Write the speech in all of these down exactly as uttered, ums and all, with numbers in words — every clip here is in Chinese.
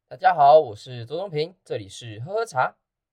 大家好，我是周东平，这里是喝喝茶。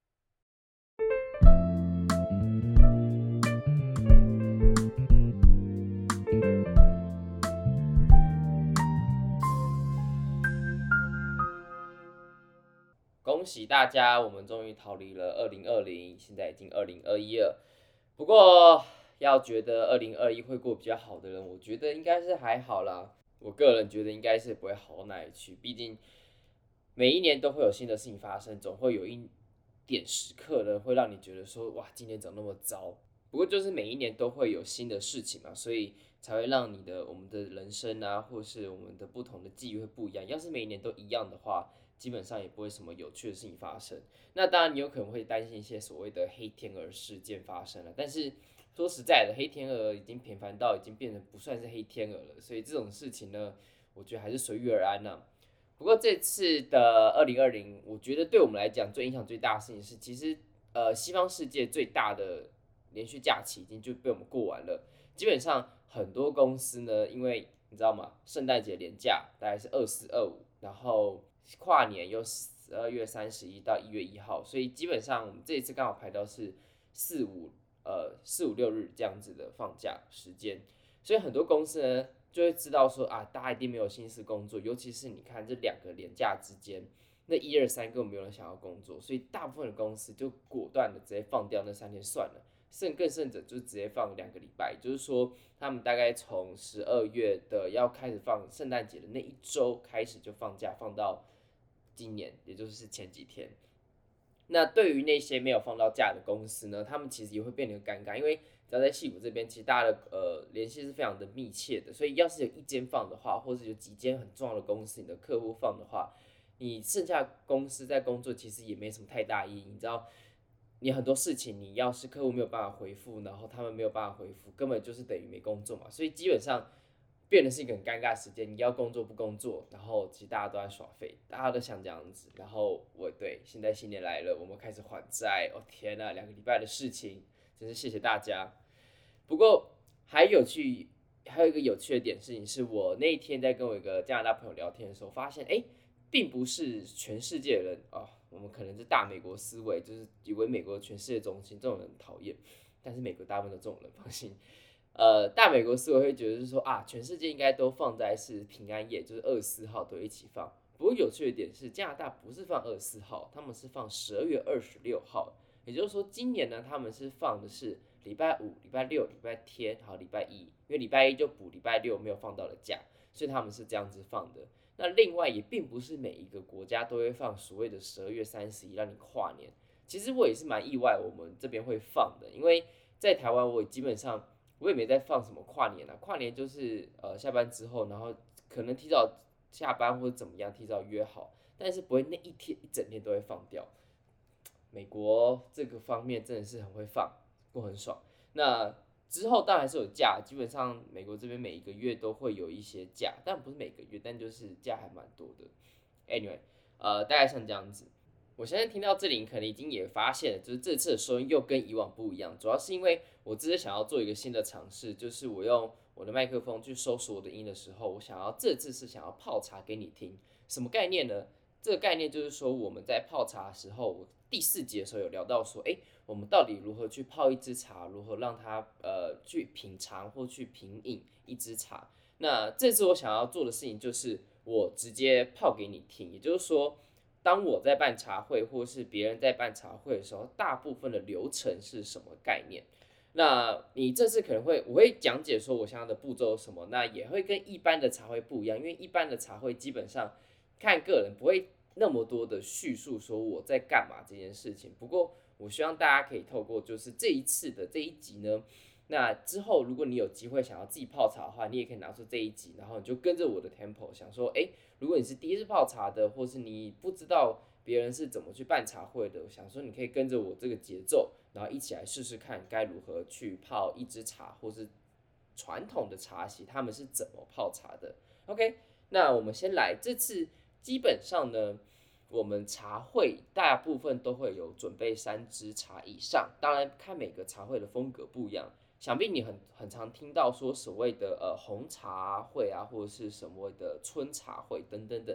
恭喜大家，我们终于逃离了二零二零，现在已经二零二一了。不过，要觉得二零二一会过比较好的人，我觉得应该是还好啦。我个人觉得应该是不会好到哪里去，毕竟每一年都会有新的事情发生，总会有一点时刻呢，会让你觉得说，哇，今年怎么那么糟？不过就是每一年都会有新的事情嘛，所以才会让你的我们的人生啊，或是我们的不同的际遇会不一样。要是每一年都一样的话，基本上也不会什么有趣的事情发生。那当然，你有可能会担心一些所谓的黑天鹅事件发生了，但是说实在的，黑天鹅已经频繁到已经变成不算是黑天鹅了，所以这种事情呢，我觉得还是随遇而安啊。不过这次的二零二零，我觉得对我们来讲最影响最大的事情是，其实呃西方世界最大的连续假期已经就被我们过完了。基本上很多公司呢，因为你知道吗？圣诞节连假大概是二四二五，然后跨年又十二月三十一到一月一号，所以基本上我们这一次刚好排到是四五呃四五六日这样子的放假时间，所以很多公司呢就会知道说啊，大家一定没有心思工作，尤其是你看这两个连假之间，那一二三根本没有人想要工作，所以大部分的公司就果断的直接放掉那三天算了。甚更甚者就直接放两个礼拜，就是说他们大概从十二月的要开始放圣诞节的那一周开始就放假，放到今年，也就是前几天。那对于那些没有放到假的公司呢，他们其实也会变得尴尬，因为只要在矽谷这边，其实大家的呃联系是非常的密切的，所以要是有一间放的话，或者有几间很重要的公司，你的客户放的话，你剩下公司在工作其实也没什么太大意义，你知道。你很多事情，你要是客户没有办法回复，然后他们没有办法回复，根本就是等于没工作嘛。所以基本上变得是一个很尴尬的时间，你要工作不工作，然后其实大家都在耍废，大家都想这样子。然后我对现在新年来了，我们开始还债，哦天哪，两个礼拜的事情，真是谢谢大家。不过还有趣，还有一个有趣的点事情是，我那一天在跟我一个加拿大朋友聊天的时候，发现哎。诶并不是全世界的人啊、哦，我们可能是大美国思维，就是以为美国全世界中心，这种人很讨厌。但是美国大部分的这种人，放心，呃，大美国思维会觉得是说啊，全世界应该都放在是平安夜，就是二十四号都一起放。不过有趣的点是，加拿大不是放二十四号，他们是放十二月二十六号。也就是说，今年呢，他们是放的是礼拜五、礼拜六、礼拜天，还有礼拜一，因为礼拜一就补礼拜六没有放到的假，所以他们是这样子放的。那另外也并不是每一个国家都会放所谓的十二月三十一让你跨年。其实我也是蛮意外，我们这边会放的，因为在台湾我也基本上我也没在放什么跨年啊，跨年就是呃下班之后，然后可能提早下班或者怎么样提早约好，但是不会那一天一整天都会放掉。美国这个方面真的是很会放，过很爽。那之后当然还是有假，基本上美国这边每一个月都会有一些假，但不是每个月，但就是假还蛮多的。Anyway，呃，大概像这样子。我现在听到这里，可能已经也发现了，就是这次的收音又跟以往不一样，主要是因为我这次想要做一个新的尝试，就是我用我的麦克风去收拾我的音的时候，我想要这次是想要泡茶给你听，什么概念呢？这个概念就是说我们在泡茶的时候，第四集的时候有聊到说，哎，我们到底如何去泡一支茶，如何让它呃去品尝或去品饮一支茶。那这次我想要做的事情就是我直接泡给你听，也就是说。当我在办茶会，或是别人在办茶会的时候，大部分的流程是什么概念？那你这次可能会，我会讲解说我想要的步骤是什么，那也会跟一般的茶会不一样，因为一般的茶会基本上看个人不会那么多的叙述说我在干嘛这件事情。不过我希望大家可以透过就是这一次的这一集呢，那之后如果你有机会想要自己泡茶的话，你也可以拿出这一集，然后你就跟着我的 tempo 想说，哎，如果你是第一次泡茶的，或是你不知道别人是怎么去办茶会的，我想说你可以跟着我这个节奏，然后一起来试试看该如何去泡一支茶，或是传统的茶席他们是怎么泡茶的。OK，那我们先来，这次基本上呢，我们茶会大部分都会有准备三支茶以上，当然看每个茶会的风格不一样。想必你很很常听到说所谓的呃红茶会啊，或者是什么的春茶会等等等，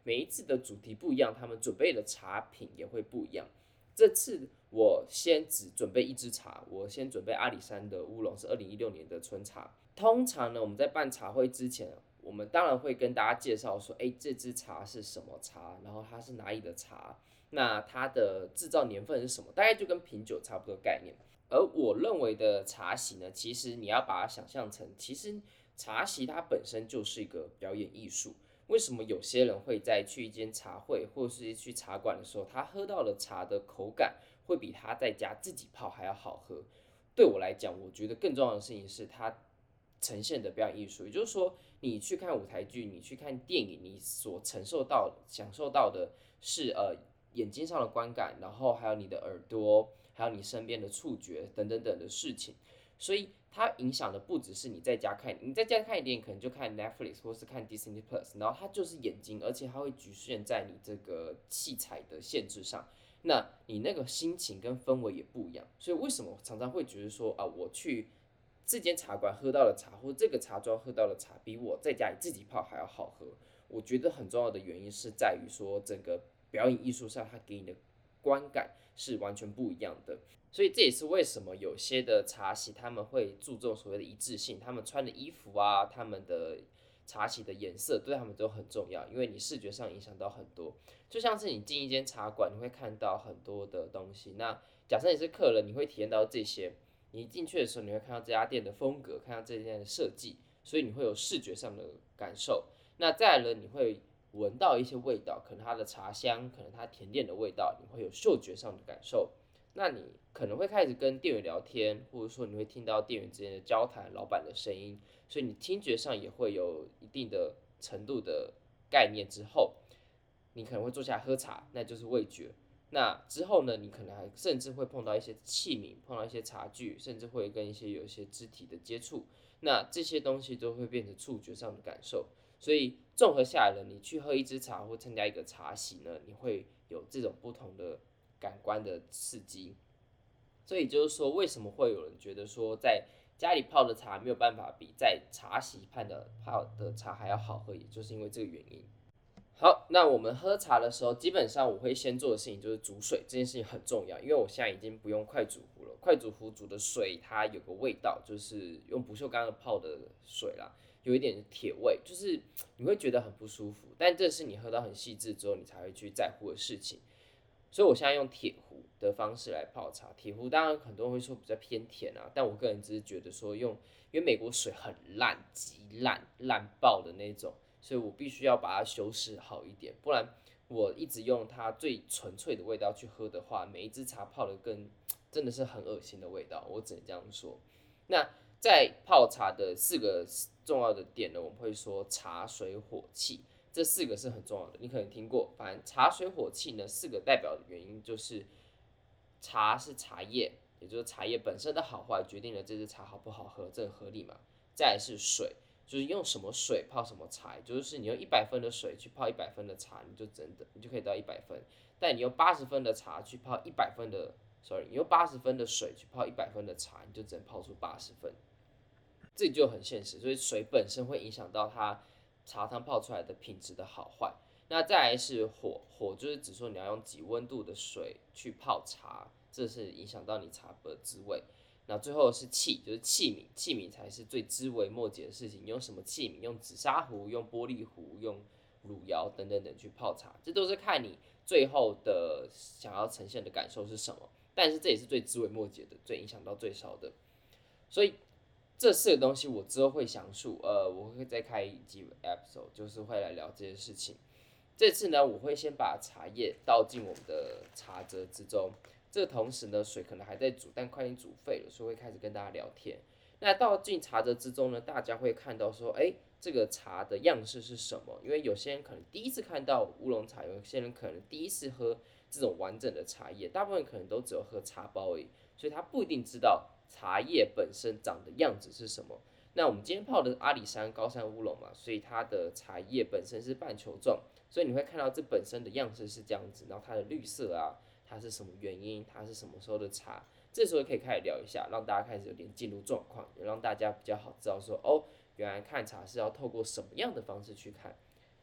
每一次的主题不一样，他们准备的茶品也会不一样。这次我先只准备一支茶，我先准备阿里山的乌龙，是二零一六年的春茶。通常呢，我们在办茶会之前，我们当然会跟大家介绍说，哎，这支茶是什么茶，然后它是哪里的茶，那它的制造年份是什么，大概就跟品酒差不多概念。而我认为的茶席呢，其实你要把它想象成，其实茶席它本身就是一个表演艺术。为什么有些人会在去一间茶会或是去茶馆的时候，他喝到的茶的口感会比他在家自己泡还要好喝？对我来讲，我觉得更重要的事情是它呈现的表演艺术。也就是说，你去看舞台剧，你去看电影，你所承受到、享受到的是呃眼睛上的观感，然后还有你的耳朵，还有你身边的触觉等等等的事情。所以它影响的不只是你在家看，你在家看电影可能就看 Netflix 或是看 Disney Plus， 然后它就是眼睛，而且它会局限在你这个器材的限制上，那你那个心情跟氛围也不一样。所以为什么我常常会觉得说啊，我去这间茶馆喝到的茶，或这个茶庄喝到的茶，比我在家里自己泡还要好喝。我觉得很重要的原因是在于说，整个表演艺术上，它给你的观感是完全不一样的。所以这也是为什么有些的茶席他们会注重所谓的一致性，他们穿的衣服啊，他们的茶席的颜色对他们都很重要，因为你视觉上影响到很多。就像是你进一间茶馆，你会看到很多的东西。那假设你是客人，你会体验到这些。你一进去的时候，你会看到这家店的风格，看到这家店的设计，所以你会有视觉上的感受。那再来呢，你会闻到一些味道，可能它的茶香，可能它甜点的味道，你会有嗅觉上的感受。那你可能会开始跟店员聊天，或者说你会听到店员之间的交谈、老板的声音，所以你听觉上也会有一定的程度的概念。之后，你可能会坐下来喝茶，那就是味觉。那之后呢，你可能还甚至会碰到一些器皿，碰到一些茶具，甚至会跟一些有一些肢体的接触。那这些东西都会变成触觉上的感受。所以综合下来了，你去喝一支茶或参加一个茶席呢，你会有这种不同的感官的刺激。所以就是说，为什么会有人觉得说，在家里泡的茶没有办法比在茶席泡的泡的茶还要好喝，也就是因为这个原因。好，那我们喝茶的时候，基本上我会先做的事情就是煮水，这件事情很重要，因为我现在已经不用快煮壶了。快煮壶煮的水它有个味道，就是用不锈钢的泡的水啦，有一点铁味，就是你会觉得很不舒服。但这是你喝到很细致之后，你才会去在乎的事情。所以我现在用铁壶的方式来泡茶。铁壶当然很多人会说比较偏甜啊，但我个人只是觉得说用，因为美国水很烂，极烂烂爆的那种。所以我必须要把它修饰好一点，不然我一直用它最纯粹的味道去喝的话，每一支茶泡的更真的是很恶心的味道，我只能这样说。那在泡茶的四个重要的点呢，我们会说茶水火气，这四个是很重要的，你可能听过。反正茶水火气呢，四个代表的原因就是茶是茶叶，也就是茶叶本身的好坏决定了这支茶好不好喝，这很合理嘛。再来是水。就是用什么水泡什么茶，就是你用一百分的水去泡一百分的茶，你就真的你就可以到一百分。但你用八十分的茶去泡一百分的，sorry，你用八十分的水去泡一百分的茶，你就只能泡出八十分。这就很现实，所以水本身会影响到它茶汤泡出来的品质的好坏。那再来是火，火就是指说你要用几温度的水去泡茶，这是影响到你茶的滋味。那最后是器，就是器皿，器皿才是最枝微末节的事情。你用什么器皿？用紫砂壶、用玻璃壶、用汝窑等等等去泡茶，这都是看你最后的想要呈现的感受是什么。但是这也是最枝微末节的，最影响到最少的。所以这四个东西我之后会详述，呃，我会再开一集 episode， 就是会来聊这些事情。这次呢，我会先把茶叶倒进我们的茶则之中。这个同时呢，水可能还在煮，但快点煮沸了，所以会开始跟大家聊天。那倒进茶则之中呢，大家会看到说，哎，这个茶的样式是什么？因为有些人可能第一次看到乌龙茶，有些人可能第一次喝这种完整的茶叶，大部分可能都只有喝茶包而已，所以他不一定知道茶叶本身长的样子是什么。那我们今天泡的阿里山高山乌龙嘛，所以它的茶叶本身是半球状，所以你会看到这本身的样式是这样子，然后它的绿色啊。它是什么原因？它是什么时候的茶？这时候可以开始聊一下，让大家开始有点进入状况，也让大家比较好知道说，哦，原来看茶是要透过什么样的方式去看。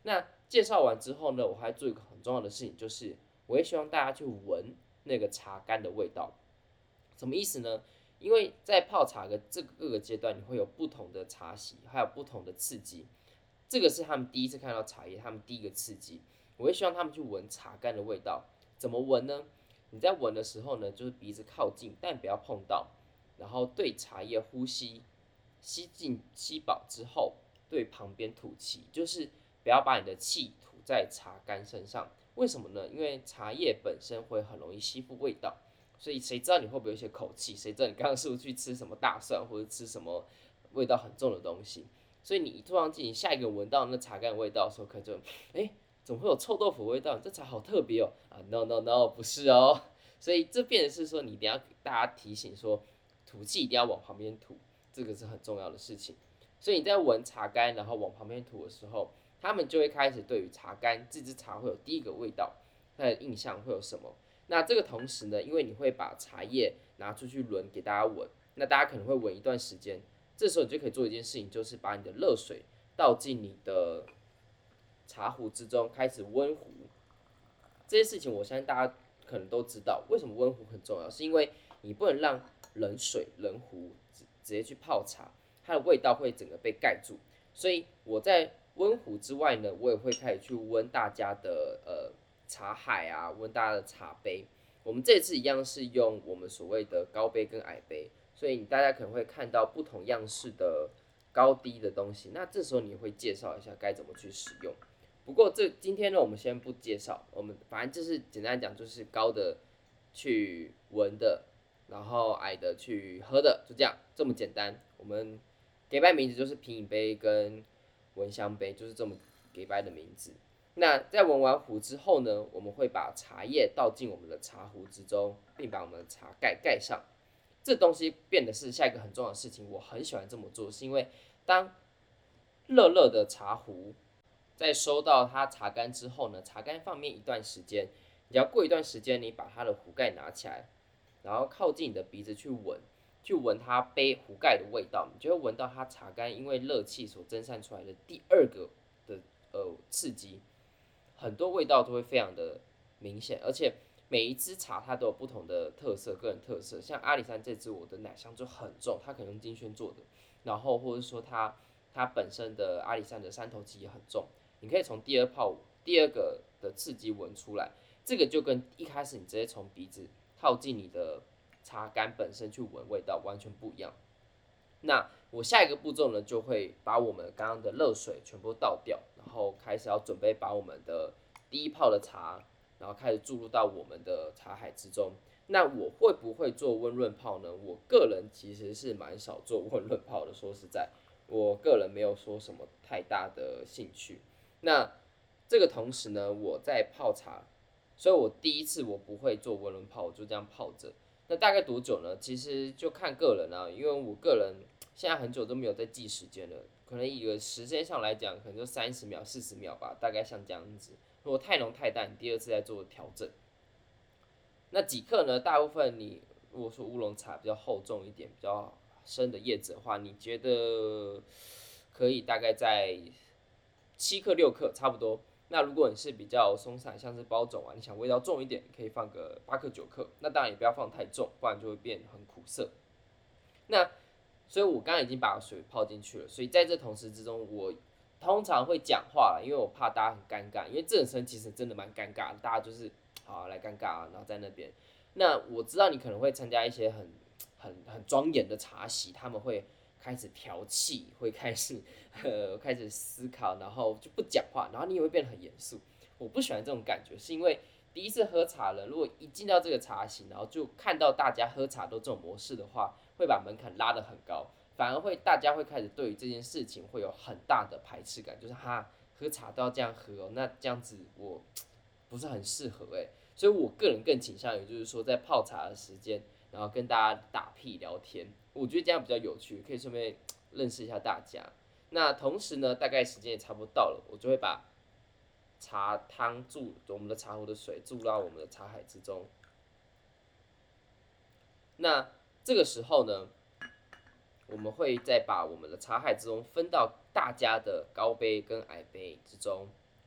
那介绍完之后呢，我还做一个很重要的事情，就是我会希望大家去闻那个茶干的味道。什么意思呢？因为在泡茶的这各个阶段，你会有不同的茶席，还有不同的刺激。这个是他们第一次看到茶叶，他们第一个刺激。我会希望他们去闻茶干的味道。怎么闻呢？你在闻的时候呢，就是鼻子靠近，但不要碰到，然后对茶叶呼吸，吸进吸饱之后，对旁边吐气，就是不要把你的气吐在茶干身上。为什么呢？因为茶叶本身会很容易吸附味道。所以谁知道你会不会有一些口气？谁知道你刚刚是不是去吃什么大蒜，或者吃什么味道很重的东西？所以你突然进行下一个闻到那茶干的味道的时候，可能就，哎、欸，怎么会有臭豆腐味道？这茶好特别哦！啊 ，no no no，不是哦。所以这变成是说，你一定要给大家提醒说，吐气一定要往旁边吐，这个是很重要的事情。所以你在闻茶干，然后往旁边吐的时候，他们就会开始对于茶干这支茶会有第一个味道，它的印象会有什么？那这个同时呢，因为你会把茶叶拿出去轮给大家闻，那大家可能会闻一段时间，这时候你就可以做一件事情，就是把你的热水倒进你的茶壶之中，开始温壶。这些事情我相信大家可能都知道，为什么温壶很重要，是因为你不能让冷水、冷壶直接去泡茶，它的味道会整个被盖住。所以我在温壶之外呢，我也会开始去温大家的呃。茶海啊，温大家的茶杯。我们这次一样是用我们所谓的高杯跟矮杯，所以大家可能会看到不同样式的高低的东西。那这时候你会介绍一下该怎么去使用。不过这今天呢，我们先不介绍，我们反正就是简单讲，就是高的去闻的，然后矮的去喝的，就这样，这么简单。我们给拜名字就是品饮杯跟闻香杯，就是这么给拜的名字。那在闻完壶之后呢，我们会把茶叶倒进我们的茶壶之中，并把我们的茶盖盖上。这东西变得是下一个很重要的事情，我很喜欢这么做，是因为当热热的茶壶在收到它茶干之后呢，茶干放面一段时间，你要过一段时间，你把它的壶盖拿起来，然后靠近你的鼻子去闻，去闻它杯壶盖的味道，你就会闻到它茶干因为热气所蒸散出来的第二个的呃刺激。很多味道都会非常的明显，而且每一支茶它都有不同的特色，个人特色。像阿里山这支，我的奶香就很重，它可能用金萱做的，然后或者说它它本身的阿里山的山头气也很重，你可以从第二泡第二个的刺激闻出来，这个就跟一开始你直接从鼻子靠近你的茶干本身去闻味道完全不一样。那我下一个步骤呢，就会把我们刚刚的热水全部倒掉，然后开始要准备把我们的第一泡的茶，然后开始注入到我们的茶海之中。那我会不会做温润泡呢？我个人其实是蛮少做温润泡的，说实在，我个人没有说什么太大的兴趣。那这个同时呢，我在泡茶，所以我第一次我不会做温润泡，我就这样泡着。那大概多久呢？其实就看个人啊，因为我个人现在很久都没有在记时间了，可能以个时间上来讲，可能就三十秒、四十秒吧，大概像这样子。如果太浓太淡，你第二次再做调整。那几克呢？大部分你如果说乌龙茶比较厚重一点、比较深的叶子的话，你觉得可以大概在七克、六克差不多。那如果你是比较松散，像是包种啊，你想味道重一点，可以放个八克、九克。那当然也不要放太重，不然就会变很苦涩。那所以我刚刚已经把水泡进去了，所以在这同时之中，我通常会讲话了，因为我怕大家很尴尬，因为这声其实真的蛮尴尬的，大家就是好来尴尬啊，然后在那边。那我知道你可能会参加一些很很很庄严的茶席，他们会开始调气，会开始呃开始思考，然后就不讲话，然后你也会变得很严肃。我不喜欢这种感觉，是因为第一次喝茶人，如果一进到这个茶席，然后就看到大家喝茶都这种模式的话，会把门槛拉得很高，反而会大家会开始对于这件事情会有很大的排斥感，就是哈喝茶都要这样喝哦，那这样子我不是很适合哎，所以我个人更倾向于就是说在泡茶的时间，然后跟大家打屁聊天，我觉得这样比较有趣，可以顺便认识一下大家。那同时呢，大概时间也差不多到了，我就会把茶汤注我们的茶壶的水注到我们的茶海之中。那这个时候呢，我们会再把我们的茶海之中分到大家的高杯跟矮杯之中。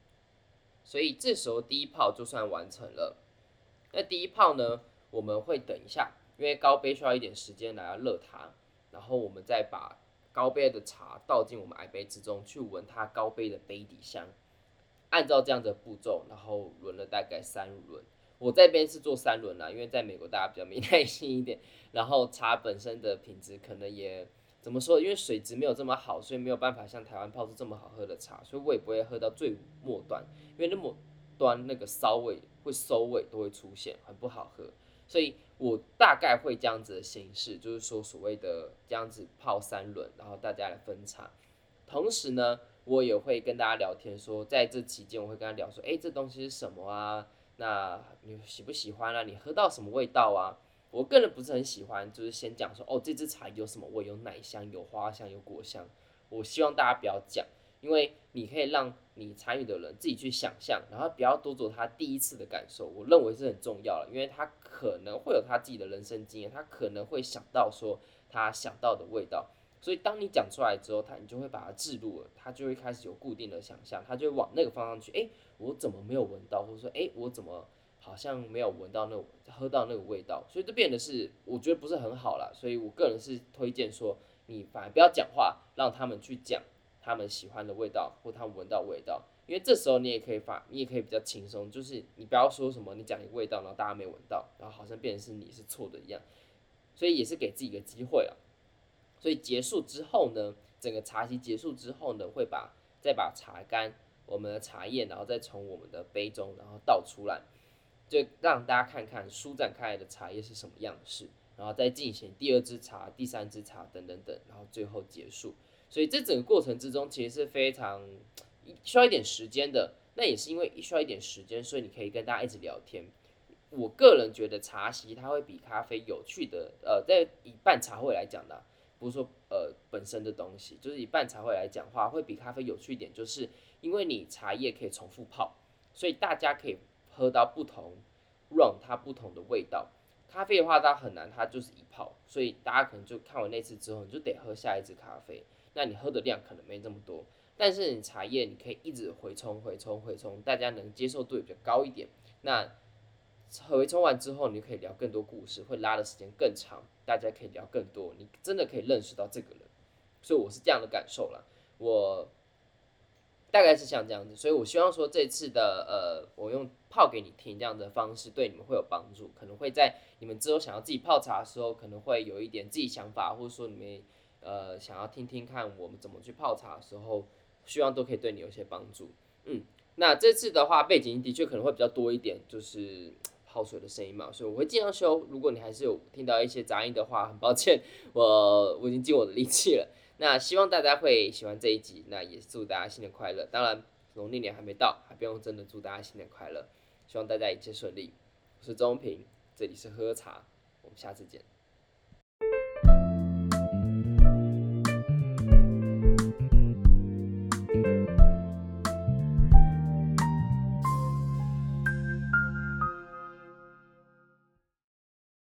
所以这时候第一泡就算完成了。那第一泡呢，我们会等一下，因为高杯需要一点时间来热它，然后我们再把高杯的茶倒进我们矮杯之中，去闻它高杯的杯底香。按照这样的步骤，然后轮了大概三轮。我这边是做三轮啦，因为在美国大家比较没耐心一点，然后茶本身的品质可能也怎么说，因为水质没有这么好，所以没有办法像台湾泡出这么好喝的茶，所以我也不会喝到最末端，因为那么端那个骚味会馊味都会出现，很不好喝。所以我大概会这样子的形式，就是说所谓的这样子泡三轮，然后大家来分茶。同时呢，我也会跟大家聊天说，在这期间我会跟他聊说，哎，这东西是什么啊？那你喜不喜欢啊？你喝到什么味道啊？我个人不是很喜欢，就是先讲说，哦，这支茶有什么味？有奶香，有花香，有果香。我希望大家不要讲，因为你可以让你参与的人自己去想象，然后不要夺走他第一次的感受。我认为是很重要的，因为他可能会有他自己的人生经验，他可能会想到说他想到的味道。所以当你讲出来之后，他你就会把它置入了，他就会开始有固定的想象，他就会往那个方向去。哎，我怎么没有闻到？或者说，哎，我怎么好像没有闻到那喝到那个味道？所以这变得是我觉得不是很好啦。所以我个人是推荐说，你反而不要讲话，让他们去讲他们喜欢的味道或他们闻到的味道，因为这时候你也可以发，你也可以比较轻松，就是你不要说什么你讲一个味道，然后大家没闻到，然后好像变成是你是错的一样。所以也是给自己一个机会啊。所以结束之后呢，整个茶席结束之后呢，会把再把茶干、我们的茶叶，然后再从我们的杯中然后倒出来，就让大家看看舒展开来的茶叶是什么样式，然后再进行第二支茶、第三支茶等等等，然后最后结束。所以这整个过程之中，其实是非常需要一点时间的。那也是因为需要一点时间，所以你可以跟大家一直聊天。我个人觉得茶席它会比咖啡有趣的，呃，在以办茶会来讲的，不是说呃本身的东西，就是以办茶会来讲的话，会比咖啡有趣一点，就是因为你茶叶可以重复泡，所以大家可以喝到不同 run 它不同的味道。咖啡的话，它很难，它就是一泡，所以大家可能就看完那次之后，你就得喝下一支咖啡，那你喝的量可能没这么多，但是你茶叶你可以一直回冲、回冲、回冲，大家能接受度也比较高一点。那回冲完之后，你就可以聊更多故事，会拉的时间更长，大家可以聊更多，你真的可以认识到这个人，所以我是这样的感受啦。我大概是像这样子，所以我希望说这次的呃，我用泡给你听这样的方式对你们会有帮助，可能会在你们之后想要自己泡茶的时候，可能会有一点自己想法，或者说你们呃想要听听看我们怎么去泡茶的时候，希望都可以对你有些帮助。嗯，那这次的话背景的确可能会比较多一点，就是泡水的声音嘛，所以我会尽量修。如果你还是有听到一些杂音的话，很抱歉，我我已经尽我的力气了。那希望大家会喜欢这一集，那也祝大家新年快乐。当然，农历年还没到，还不用真的祝大家新年快乐。希望大家一切顺利。我是钟平，这里是喝茶，我们下次见。